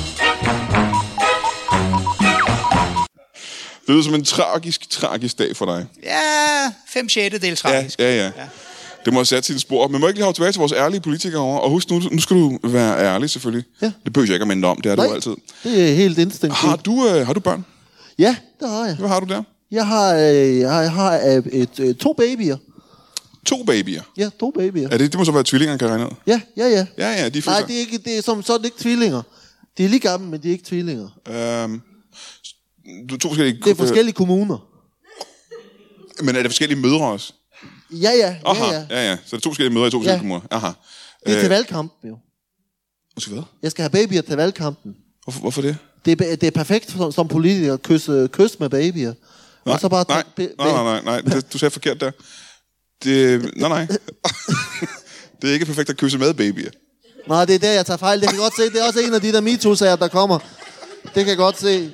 Det lyder som en tragisk dag for dig. Ja, 5/6 tragisk. Ja. Det må have sat sine spor. Men må ikke lige have tilbage til vores ærlige politikere over. Og husk nu skal du være ærlig selvfølgelig. Ja. Det behøver jeg ikke at minde om, det er du altid. Det er helt instinktivt. Har du børn? Ja, det har jeg. Hvad har du der? Jeg har 2 babyer. 2 babyer? Ja, 2 babyer. Det må så være tvillinger, kan jeg regne ud? Ja. Ja, de nej, det er som sådan ikke tvillinger. De er lige gamle, men de er ikke tvillinger. Du 2 forskellige... Det er forskellige kommuner. Men er det forskellige mødre også? Ja. Ja. Så det er 2 forskellige mødre i 2 forskellige kommuner. Aha. Det er til valgkampen, jo. Hvad? Jeg skal have babyer til valgkampen. Hvorfor det? Det er perfekt som politiker at kysse med babyer. Nej, og så bare nej. Du sagde forkert der. Nej. Det er ikke perfekt at kysse med babyer. Nej, det er der, jeg tager fejl. Det kan jeg godt se. Det er også en af de der MeToo-sager, der kommer. Det kan jeg godt se.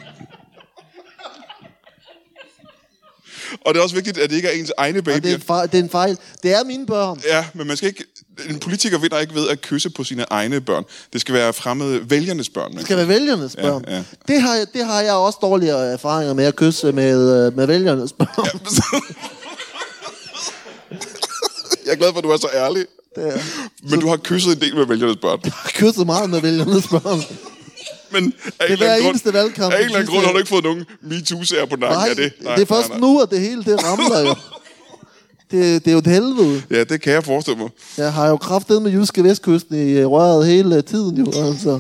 Og det er også vigtigt, at det ikke er ens egne babyer. Ja, det er en fejl. Det er mine børn. Ja, men man skal ikke... En politiker vinder ikke ved at kysse på sine egne børn. Det skal være fremmede vælgernes børn. Det skal være vælgernes børn. Ja. Det har jeg også dårlige erfaringer med at kysse med vælgernes børn. Ja. Jeg er glad for, at du er så ærlig. Men du har kysset en del med vælgernes børn. Jeg har kysset meget med vælgernes børn. Men af en eller anden grund har du ikke fået nogen MeToo-sager på nakken af det. Nej, det er først nu, at det hele det ramler jo. Det er jo et helvede. Ja, det kan jeg forestille mig. Jeg har jo kraftet med Jyske Vestkysten i røret hele tiden jo, altså.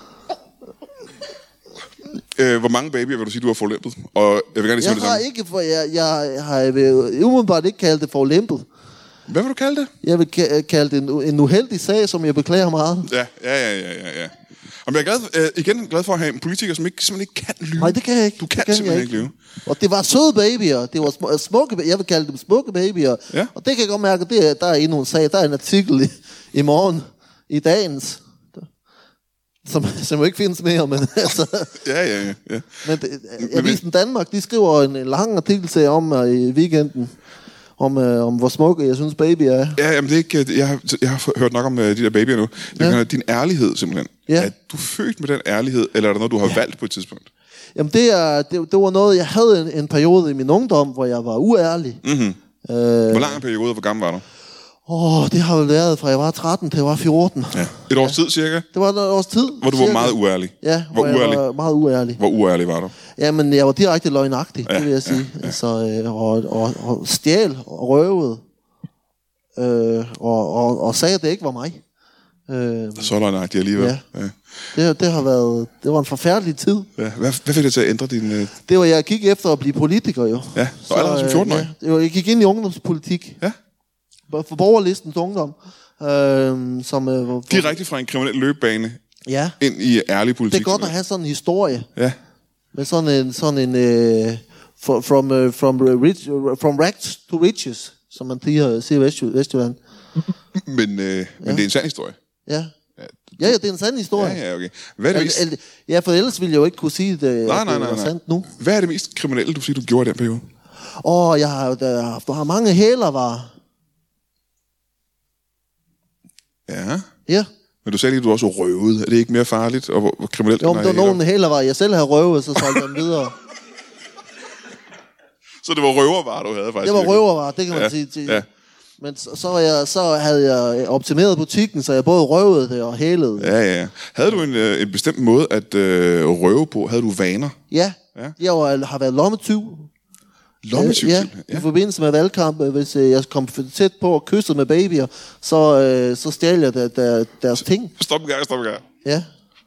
Hvor mange babyer vil du sige, du har forlæmpet? Og jeg vil gerne sige det samme. Jeg har umiddelbart ikke kaldt det forlæmpet. Hvad vil du kalde det? Jeg vil kalde det en uheldig sag, som jeg beklager meget. Ja. Og jeg er glad for at have en politiker, som simpelthen ikke kan lyve. Nej, det kan jeg ikke. Du kan simpelthen ikke lyve. Og det var søde babyer. Det var smukke. Jeg vil kalde dem smukke babyer. Ja. Og det kan jeg godt mærke, der er endnu en sag. Der er en artikel i morgen, i dagens, som jo ikke findes mere, men altså... Ja. Men Avisen Danmark, de skriver en lang artikel til om i weekenden, om hvor smukke jeg synes baby er. Ja, jamen det er ikke... Jeg har hørt nok om de der babyer nu. Det din ærlighed simpelthen. Ja. Er du født med den ærlighed, eller er der noget, du har valgt på et tidspunkt? Jamen det var noget, jeg havde en periode i min ungdom, hvor jeg var uærlig. Mm-hmm. Hvor lang en periode, hvor gammel var du? Det har vel været fra jeg var 13 til jeg var 14. Ja. Et års tid cirka? Det var et års tid. Hvor du var meget uærlig? Ja, hvor jeg var meget uærlig. Hvor uærlig var du? Jamen, jeg var direkte løgnagtig, det vil jeg sige. Ja. Altså, og stjæl og røvede. Og sagde, at det ikke var mig. Så løgnagtig alligevel. Ja. Det var en forfærdelig tid. Ja. Hvad fik det til at ændre din... Det var, jeg gik efter at blive politiker, jo. Ja, så allerede som 14-årig? Ja, jeg gik ind i ungdomspolitik. Ja. For borgerlistens ungdom. Direkte fra en kriminel løbebane ind i ærlig politik. Det er godt at have sådan en historie. Ja. Med sådan en from rags to riches, som man siger i Vestjylland. Men det er en sand historie. Ja. Ja, det er en sand historie. Ja, okay. Hvad er det mest... Ja, for ellers ville jeg jo ikke kunne sige det, nej. var sandt nu. Hvad er det mest kriminelle, du siger, du gjorde i den periode? Du har mange hælervarer. Ja. Ja. Men du sagde lige, at du også røvede. Er det ikke mere farligt og hvor kriminelt? Jo, men der var nogle hælervarer, jeg selv havde røvet, så solgte dem videre. Så det var røvervarer, du havde faktisk? Det var røvervarer, det kan man sige. Ja. Men så havde jeg optimeret butikken, så jeg både røvede det og hælede. Ja. Havde du en bestemt måde at røve på? Havde du vaner? Ja. Jeg har været lommetyv. Lommetyv? Ja, i forbindelse med valgkamp, hvis jeg kom tæt på og kyssede med babyer, så stjal jeg deres ting. Stop en gang. Ja.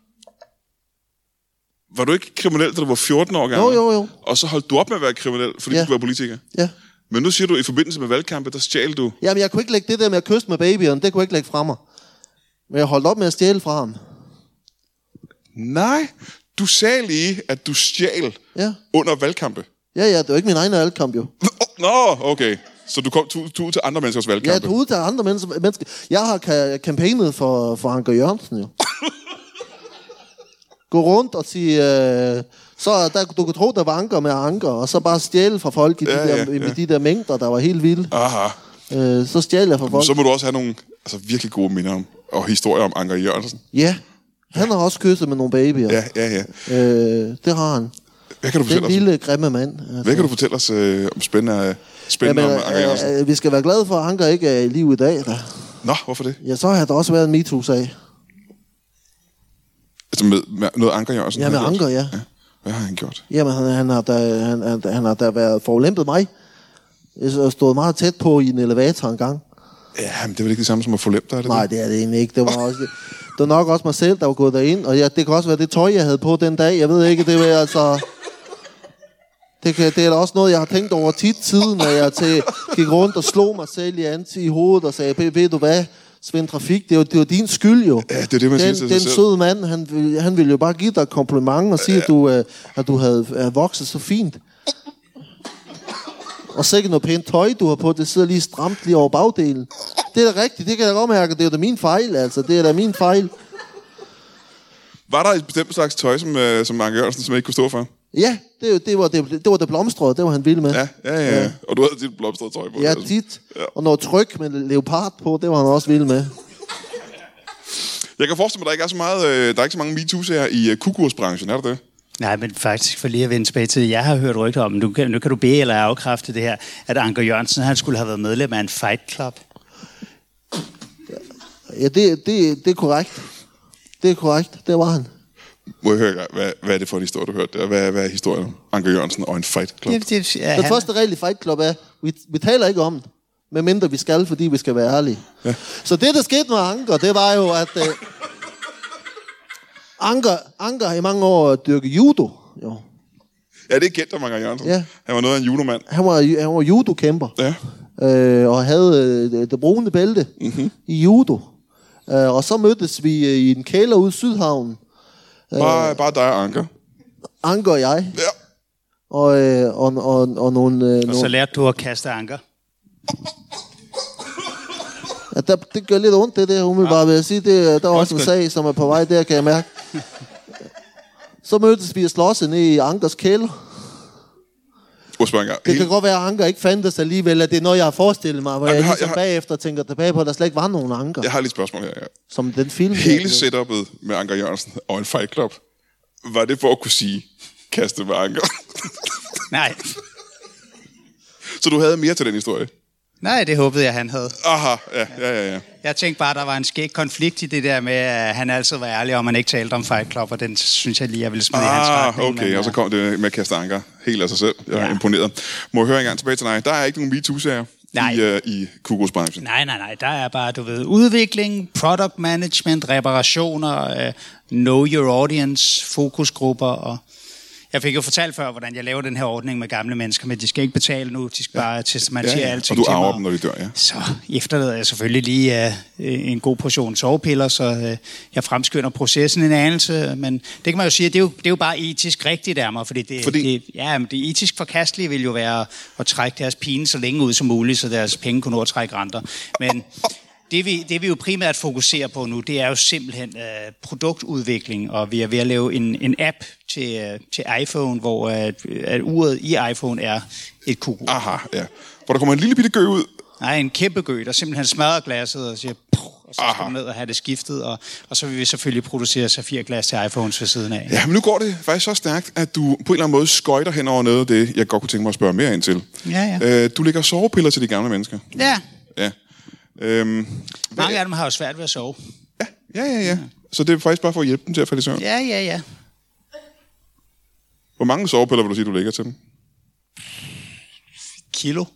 Var du ikke kriminel, da du var 14 år gammel? Jo. Og så holdt du op med at være kriminel, fordi du var politiker? Ja. Men nu siger du, i forbindelse med valgkampe, der stjal du... Jamen, jeg kunne ikke lægge det der med at kysse med babyerne, det kunne jeg ikke lægge fra mig. Men jeg holdt op med at stjæle fra ham. Nej, du sagde lige, at du stjal under valgkampe. Ja, det var ikke min egen valgkamp, jo. Nå, okay. Så du tog ud til andre menneskers valgkampe? Ja, jeg tog ud til andre mennesker. Jeg har kampagnet for Anker Jørgensen, jo. Gå rundt og sige... Så du kan tro, der var anker med anker, og så bare stjæle fra folk i de der mængder, der var helt vilde. Aha. Så stjæle jeg fra folk. Så må du også have nogle virkelig gode minder om, og historier om Anker Jørgensen. Ja, han har også kysset med nogle babyer. Ja. Det har han. Hvad kan du fortælle os? Den lille, grimme mand. Altså. Hvad kan du fortælle os om spændende om Anker Jørgensen? Vi skal være glade for, at Anker ikke er i live i dag. Da. Nå, hvorfor det? Ja, så har der også været en MeToo-sag. Altså med noget Anker Jørgensen? Ja, med Anker, ja. Hvad har han gjort? Jamen, han har da været forulæmpet mig. Jeg har stået meget tæt på i en elevator en gang. Ja, men det er vel ikke det samme som at forlempe dig, er det? Nej, det er det egentlig ikke. Det var nok også mig selv, der var gået derind. Og det kan også være det tøj, jeg havde på den dag. Jeg ved ikke, det var altså... Det er da også noget, jeg har tænkt over tit siden, når jeg gik rundt og slog mig selv i hovedet og sagde, ved du hvad, Svend Trafik, det var din skyld jo. Ja, det er det, man siger til sig den selv. Søde mand, han ville jo bare give dig et kompliment og sige, at du havde vokset så fint. Og sikkert noget pænt tøj, du har på, det sidder lige stramt lige over bagdelen. Det er da rigtigt, det kan jeg da godt mærke, det er da min fejl, altså. Det er da min fejl. Var der et bestemt slags tøj, som Anker Jørgensen som ikke kunne stå for? Ja, det var det blomstrede, det var han vild med. Ja. Og du havde dit blomstrede tøj på. Ja, tit. Ja. Og noget tryk med leopard på, det var han også vild med. Jeg kan forestille mig, at der ikke er så mange MeToo-sager i kukursbranchen, er det? Nej, men faktisk for lige at vende tilbage til, jeg har hørt rygter om, nu kan du bede eller afkræfte det her, at Anker Jørgensen, han skulle have været medlem af en fight club. Ja, det er korrekt. Det er korrekt, det var han. Må jeg høre, hvad er det for en historie, du hørte der? Hvad er historien om Anker Jørgensen og en fight club? Den første regel i fight club er, vi taler ikke om den, medmindre vi skal, fordi vi skal være ærlige. Ja. Så det, der skete med Anker, det var jo, at Anker i mange år dyrkede judo. Jo. Ja, det er kendt om Anker Jørgensen. Ja. Han var noget af en judomand. Han var judo-kæmper. Ja. Og havde det brune bælte i judo. Og så mødtes vi i en kælder ude i Sydhavnen. Bare dig og Anker. Anker og jeg. Ja. Og nogle... Og så lærte du at kaste anker. Ja, det gør lidt ondt, det der umiddelbart, vil jeg sige. Der er også en sag, som er på vej der, kan jeg mærke. Så mødtes vi og slås ned i Ankers kælder. Det kan godt være, at Anker ikke fandtes alligevel, at det er noget, jeg har forestillet mig, hvor jeg ligesom bagefter tænker tilbage på, at der slet ikke var nogen Anker. Jeg har lidt spørgsmål her, ja. Som den film. Hele setupet med Anker Jørgensen og en fight club, var det for at kunne sige, kaste med Anker? Nej. Så du havde mere til den historie? Nej, det håbede jeg, han havde. Aha, ja. Jeg tænkte bare, der var en skæg konflikt i det der med, at han altid var ærlig, og man ikke talte om Fight Club, og den synes jeg lige, jeg ville smide i hans retning. Okay, men, og så kom det med at kaste Anker helt af sig selv. Jeg er imponeret. Må jeg høre en gang tilbage til dig? Der er ikke nogen MeToo-sager i kukursbranchen? Nej. Der er bare, udvikling, product management, reparationer, know your audience, fokusgrupper og... Jeg fik jo fortalt før, hvordan jeg laver den her ordning med gamle mennesker, men de skal ikke betale nu, de skal bare testamentere alting. Og du arver dem, når de dør, ja. Så efterlader jeg selvfølgelig lige en god portion sovepiller, så jeg fremskynder processen en anelse, men det kan man jo sige, det er jo bare etisk rigtigt af mig, fordi det etisk forkastelige vil jo være at trække deres pine så længe ud som muligt, så deres penge kunne nå at trække renter. Men det vi jo primært fokuserer på nu, det er jo simpelthen produktudvikling, og vi er ved at lave en app til iPhone, hvor at uret i iPhone er et kuku. Aha, ja. Hvor der kommer en lille bitte gø ud. Nej, en kæmpe gø, der simpelthen smadrer glasset og siger, og så skal man ned og have det skiftet, og så vil vi selvfølgelig producere safirglas til iPhones ved siden af. Ja, men nu går det faktisk så stærkt, at du på en eller anden måde skøjter hen over noget af det, jeg godt kunne tænke mig at spørge mere ind til. Ja. Du lægger sovepiller til de gamle mennesker. Ja. Ja. Mange af dem har jo svært ved at sove. Ja. Så det er faktisk bare for at hjælpe dem til at falde i søvn? Ja. Hvor mange sovepiller vil du sige, du lægger til dem? Kilo.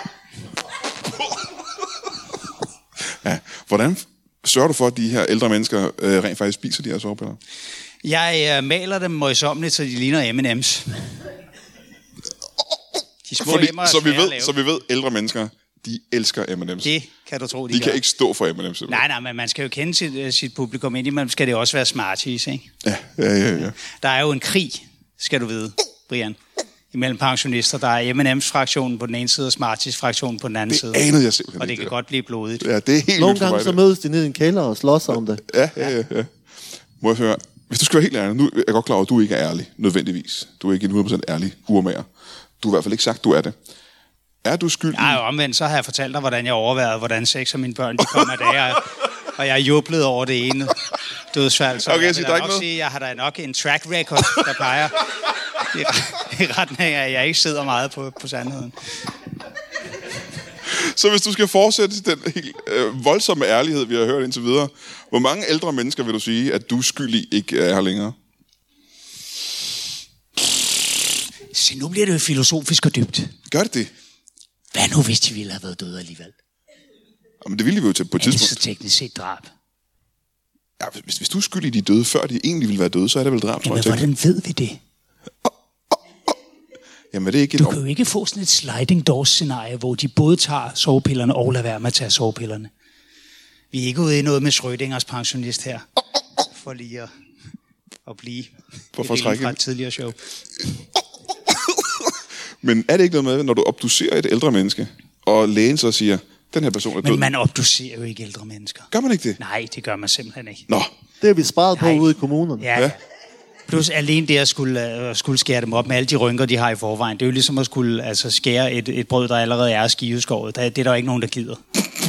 Ja. Hvordan sørger du for, at de her ældre mennesker rent faktisk spiser de her sovepiller? Jeg maler dem møjsommeligt, så de ligner M&M's. De små så vi ved, ældre mennesker, de elsker M&M's. Det kan du tro, de kan ikke stå for M&M's. Nej, men man skal jo kende sit publikum. Indimellem skal det også være Smarties, ikke? Ja. Der er jo en krig, skal du vide, Brian, imellem pensionister. Der er M&M's-fraktionen på den ene side, og Smarties-fraktionen på den anden side. Det anede jeg simpelthen. Og det kan godt blive blodigt. Ja, det er helt nogle gange så mødes de ned i en kælder og slås om det. Ja. Må jeg høre, hvis du skal være helt ærlig, nu er jeg godt klar over, at du ikke er ærlig, nødvendigvis. Du er ikke en 100% ærlig urmager. Du har i hvert fald ikke sagt, du er det. Er du skyldig? Ja, omvendt, så har jeg fortalt dig, hvordan jeg overvejede, hvordan sex og mine børn, de kom af dag, og jeg jublede over det ene dødsfald. Så okay, jeg vil sige, jeg har da nok en track record, der peger i retning af, at jeg ikke sidder meget på sandheden. Så hvis du skal fortsætte den helt voldsomme ærlighed, vi har hørt indtil videre, hvor mange ældre mennesker vil du sige, at du skyldig ikke er her længere? Se, nu bliver det jo filosofisk og dybt. Gør det? Hvad nu, hvis de ville have været døde alligevel? Jamen, det ville vi jo til på et tidspunkt. Er det så teknisk set drab? Ja, hvis du er skyldig, de er døde, før de egentlig ville være døde, så er det vel drab, tror jeg. Men hvordan ved vi det? Jamen, det er ikke du kan jo ikke få sådan et sliding doors scenarie, hvor de både tager sovepillerne og lader være med at tage sovepillerne. Vi er ikke ude i noget med Schrödingers pensionist her. For lige at blive fra et tidligere show. Men er det ikke noget med, når du obducerer et ældre menneske, og lægen så siger, den her person er død? Men man obducerer jo ikke ældre mennesker. Gør man ikke det? Nej, det gør man simpelthen ikke. Nå. Det har vi sparet på ude i kommunerne. Ja. Plus alene det at skulle skære dem op med alle de rynker, de har i forvejen. Det er jo ligesom at skulle skære et brød, der allerede er skiveskåret. Det er der ikke nogen, der gider.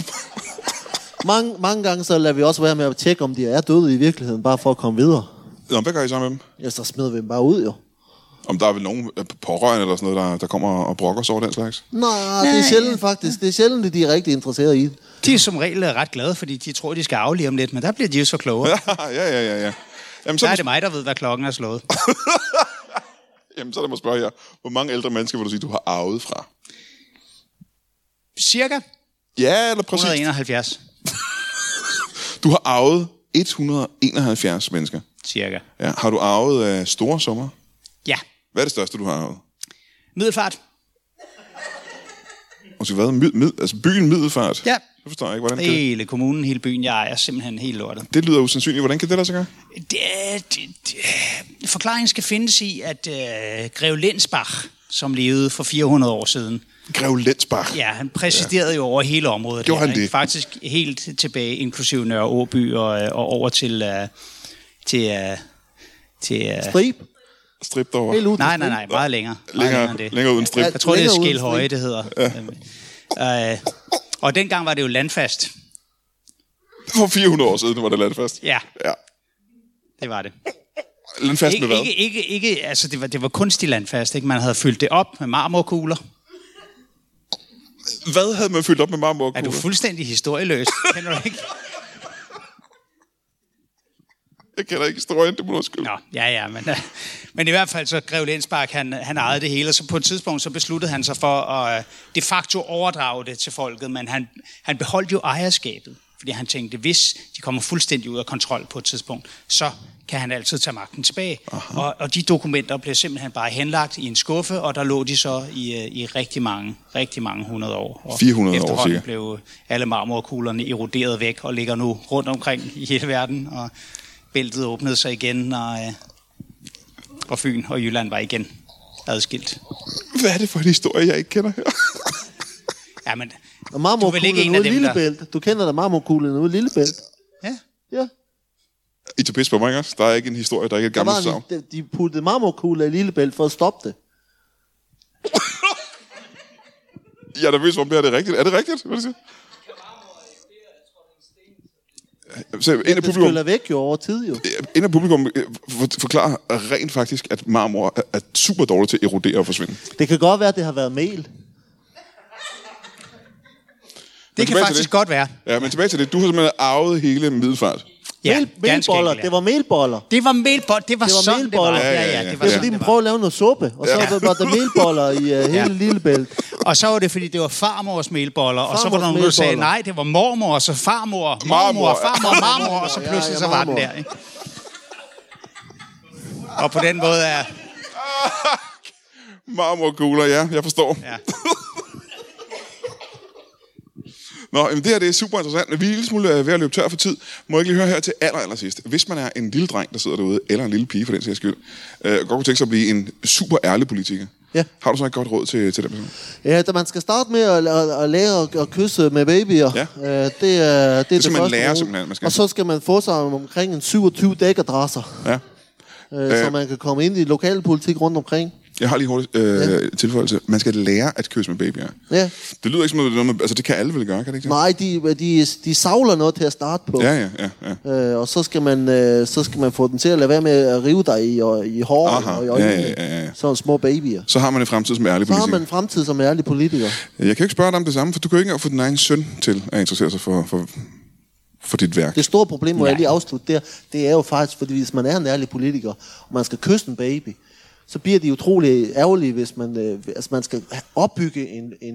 Mange gange så lader vi også være med at tjekke, om de er døde i virkeligheden, bare for at komme videre. Nå, hvad gør I så med dem? Ja, så smider vi dem bare ud, jo. Om der er vel nogen pårørende eller sådan noget, der kommer og brokker sig over den slags? Nej, det er sjældent faktisk. Det er sjældent, at de er rigtig interesserede i det. De er som regel ret glade, fordi de tror, de skal aflive om lidt, men der bliver de jo så klogere. Ja. Jamen, så der er det mig, der ved, hvad klokken er slået. Jamen, så er det mig spørge jer. Hvor mange ældre mennesker vil du sige, du har arvet fra? Cirka? Ja, eller præcis. 171. Du har arvet 171 mennesker. Cirka. Ja. Har du arvet store summer? Ja. Hvad er det største, du har arvet? Middelfart. Og så hvad? Altså byen Middelfart? Ja. Så forstår jeg ikke, hvordan hele kommunen, hele byen, jeg ejer simpelthen helt lortet. Det lyder usandsynligt. Hvordan kan det lade sig gøre? Forklaringen skal findes i, at Grev Lensbach, som levede for 400 år siden... Grev Lensbach? Ja, han præsiderede jo over hele området. Gjorde han det? Faktisk helt tilbage, inklusive Nørre Åby og over til Strip derovre? Nej, meget længere. Længere uden strip. Jeg tror, det er Skelhøje, det hedder. Ja. Og dengang var det jo landfast. For 400 år siden var det landfast? Ja. Det var det. Landfast med hvad? Ikke, altså det var kunstig landfast, ikke? Man havde fyldt det op med marmorkugler. Hvad havde man fyldt op med marmorkugler? Er du fuldstændig historieløs? Kender du ikke? Jeg kender ikke historien, det må du skrive. Nå, ja, men i hvert fald så Grev Lensbach, han ejede det hele, og så på et tidspunkt så besluttede han sig for at de facto overdrage det til folket, men han beholdt jo ejerskabet, fordi han tænkte, hvis de kommer fuldstændig ud af kontrol på et tidspunkt, så kan han altid tage magten tilbage. Og de dokumenter blev simpelthen bare henlagt i en skuffe, og der lå de så i rigtig mange 100 år. Og 400 år cirka. Efterhånden blev alle marmorkuglerne eroderet væk, og ligger nu rundt omkring i hele verden, og bæltet åbnede sig igen, og Fyn og Jylland var igen adskilt. Hvad er det for en historie, jeg ikke kender her? Jamen, og marmorkuglen ude i Lillebælt. Du kender da marmorkuglen ude i Lillebælt? Ja. I tager pis på mig, også? Der er ikke en historie, der er ikke et gammelt savn. De puttede marmorkugler i Lillebælt for at stoppe det. Jeg er nervøs for, om det er rigtigt. Er det rigtigt? Hvad siger? Så det skyller væk jo over tid, jo. En af publikum forklarer rent faktisk, at marmor er super dårligt til at erodere og forsvinde. Det kan godt være, at det har været mel. Det kan faktisk godt være. Ja, men tilbage til det. Du har simpelthen arvet hele Middelfart. Ja, melboller. Det var melboller. Det var melboller. Det var sådan, melboller. Det var. Ja, det var fordi, man prøvede at lave noget suppe, og så var der melboller i hele Lillebælt. Og så var det, fordi det var farmors melboller, og så var der nogen, der sagde, nej, det var mormor, og så farmor, marmor, og så pludselig så var den der, ikke? Og på den måde er... Marmorkugler, ja, jeg forstår. Ja. Nå, men det her det er super interessant. Vi er en lille smule ved at løbe tør for tid. Må jeg ikke lige høre her til allersidst. Hvis man er en lille dreng, der sidder derude, eller en lille pige for den sags skyld, godt kunne tænke sig at blive en super ærlig politiker. Ja. Har du så et godt råd til den person? Ja, da man skal starte med at lære at kysse med babyer, Ja. Det er det skal man første lære råd. simpelthen. Man skal... Og så skal man få sig omkring en 27 dækadresser, Ja. så man kan komme ind i lokalpolitik rundt omkring. Jeg har lige hurtigt tilføjelse. Man skal lære at kysse med babyer. Ja. Det lyder ikke som noget, altså det kan alle vel gøre, kan det ikke det? Nej, de savler noget til at starte på. Ja. Og så skal man få den til at lade være med at rive dig i håret og i øjnene. Ja. Sådan små babyer. Så har man en fremtid som ærlig Så politiker. har man en fremtid som ærlig politiker. Jeg kan ikke spørge dig om det samme, for du kan jo ikke engang få din egen søn til at interessere sig for dit værk. Det store problem, må jeg lige afslutte der, det er jo faktisk, fordi hvis man er en ærlig politiker, og man skal kysse en baby, så bliver det utrolig ærgerligt, hvis man skal opbygge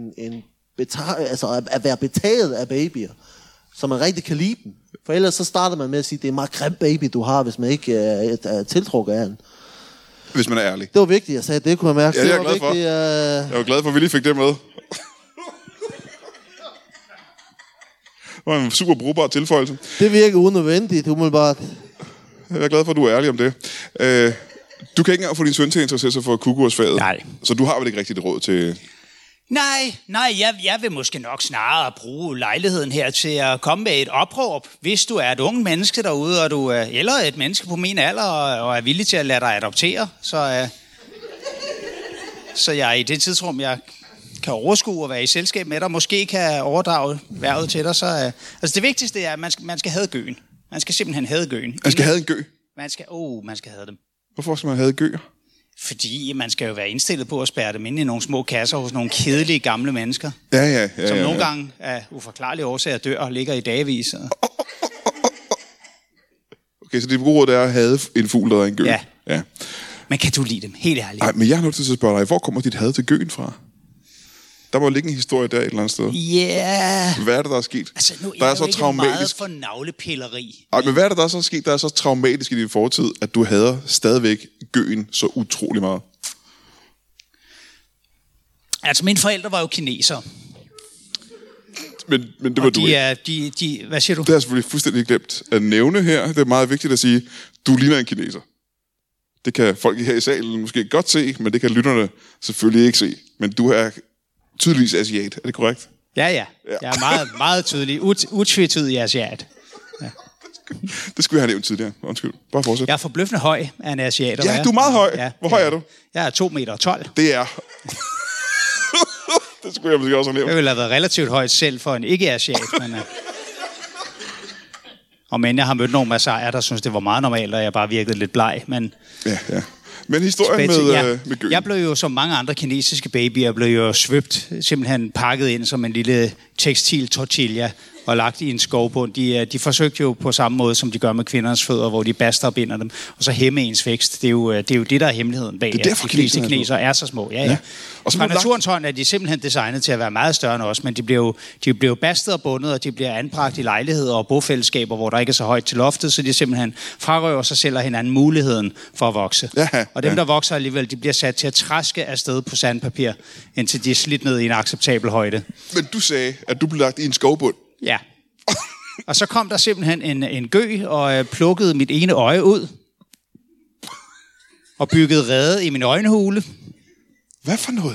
altså at være betaget af babyer, så man rigtig kan lide dem. For ellers så starter man med at sige, det er en meget grim baby, du har, hvis man ikke er tiltrukket af den. Hvis man er ærlig. Det var vigtigt, jeg sagde, det kunne jeg mærke. Ja, det er jeg glad for. Jeg var glad for, at vi lige fik det med. Det var en super brugbar tilføjelse. Det virker unødvendigt, umiddelbart. Jeg er glad for, at du er ærlig om det. Du kan ikke engang få din søn til at interessere sig for kukursfaget. Nej. Så du har vel ikke rigtigt et råd til... Nej, jeg vil måske nok snarere bruge lejligheden her til at komme med et opråb. Hvis du er et unge menneske derude, og du er eller et menneske på min alder, og er villig til at lade dig adoptere, så jeg i det tidsrum, jeg kan overskue og være i selskab med dig, måske kan overdrage værvet til dig. Altså det vigtigste er, at man skal have gøen. Man skal simpelthen have gøen. Man skal have en gø. Man skal have dem. Hvorfor skal man have gøer? Fordi man skal jo være indstillet på at spærre dem ind i nogle små kasser hos nogle kedelige gamle mennesker. Ja. Som nogle gange af uforklarlige årsager dør og ligger i dagevis. Okay, så det gode råd er at have en fugl, der er en gø. Ja. Men kan du lide dem? Helt ærligt. Nej, men jeg er nødt til at spørge dig, hvor kommer dit had til gøen fra? Der må ligge en historie der et eller andet sted. Ja. Hvad er det, der er sket? Altså, nu der er er så ikke traumatisk. meget for navlepilleri. Nej, men hvad er det, der er så sket, der er så traumatisk i din fortid, at du hader stadigvæk gøen så utrolig meget? Altså, mine forældre var jo kinesere. Men det var du ikke. Hvad siger du? Det har jeg selvfølgelig fuldstændig glemt at nævne her. Det er meget vigtigt at sige, du ligner en kineser. Det kan folk her i salen måske godt se, men det kan lytterne selvfølgelig ikke se. Men du er tydeligvis asiat, er det korrekt? Ja. Jeg er meget, meget tydelig. Utvetydig asiat. Ja. Det skulle jeg have nævnt tidligere. Undskyld. Bare fortsæt. Jeg er forbløffende høj af en asiat. Ja, du er meget høj. Ja, hvor høj er du? Jeg er 2,12 meter. Det er... Det skulle jeg måske også have nævnt. Jeg ville have været relativt højt selv for en ikke-asiat, men... men jeg har mødt nogle massager, der synes, det var meget normalt, og jeg bare virkede lidt bleg, men... Ja. Men historien med gøen. Jeg blev jo, som mange andre kinesiske babyer, blev jo svøbt, simpelthen pakket ind som en lille tekstil tortilla og lagt i en skovbund. De forsøgte jo på samme måde, som de gør med kvindernes fødder, hvor de baster og binder dem, og så hæmme ens vækst. Det er jo det, der er hemmeligheden bag, at de fleste kineser er så små. Ja. Og fra naturens hånd er de simpelthen designet til at være meget større end os, men de bliver bastet og bundet, og de bliver anbragt i lejligheder og bofællesskaber, hvor der ikke er så højt til loftet, så de simpelthen frarøver sig selv og hinanden muligheden for at vokse. Og dem, der vokser alligevel, de bliver sat til at træske afsted på sandpapir, indtil de er slidt ned i en acceptabel højde. Men du sagde, at du blev lagt i en skovbund. Ja. Og så kom der simpelthen en gø og plukkede mit ene øje ud. Og byggede rede i min øjenhule. Hvad for noget?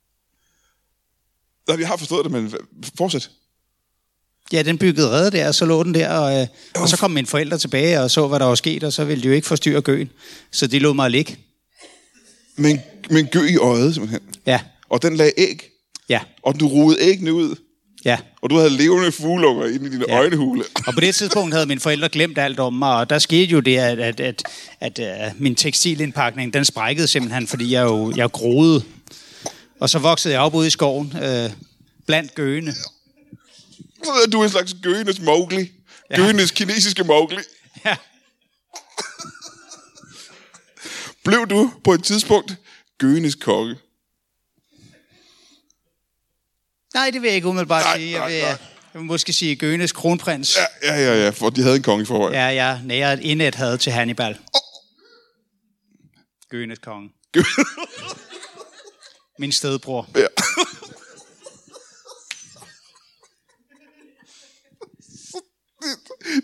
Nej, jeg har forstået det, men fortsæt. Ja, den byggede rede der, og så lå den der, og så kom mine forældre tilbage og så, hvad der var sket, og så ville de jo ikke forstyrre gøen. Så de lod mig ligge. Men gø i øjet, simpelthen? Ja. Og den lagde æg? Ja. Og du rodede æggene ud? Ja. Og du havde levende fuglunger inde i dine øjnehule? Og på det tidspunkt havde mine forældre glemt alt om mig, og der skete jo det, at min tekstilindpakning, den sprækkede simpelthen, fordi jeg groede. Og så voksede jeg op ude i skoven, blandt gøene. Så er du en slags gøenes Mowgli. Ja. Gøenes kinesiske Mowgli. Ja. Blev du på et tidspunkt gøenes konge? Nej, det vil jeg ikke umiddelbart sige. Jeg vil måske sige gøenes kronprins. Ja, for de havde en konge i forvejen. Ja, jeg nærer et indet had til Hannibal. Gøenes konge. Min stedbror. Ja.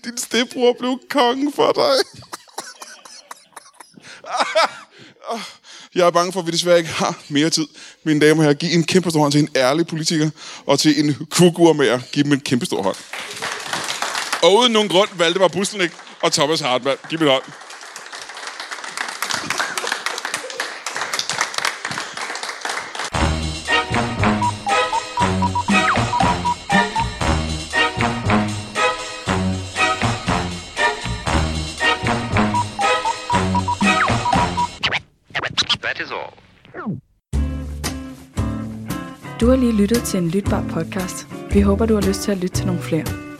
Din stedbror blev kongen for dig. Jeg er bange for, at vi desværre ikke har mere tid. Mine damer og herrer, giv en kæmpe stor hånd til en ærlig politiker, og til en kukuermager, giv dem en kæmpe stor hånd. Og uden nogen grund, Valdemar Bustelnik og Thomas Hartmann. Giv dem en hånd. Du har lige lyttet til en lytbar podcast. Vi håber, du har lyst til at lytte til nogle flere.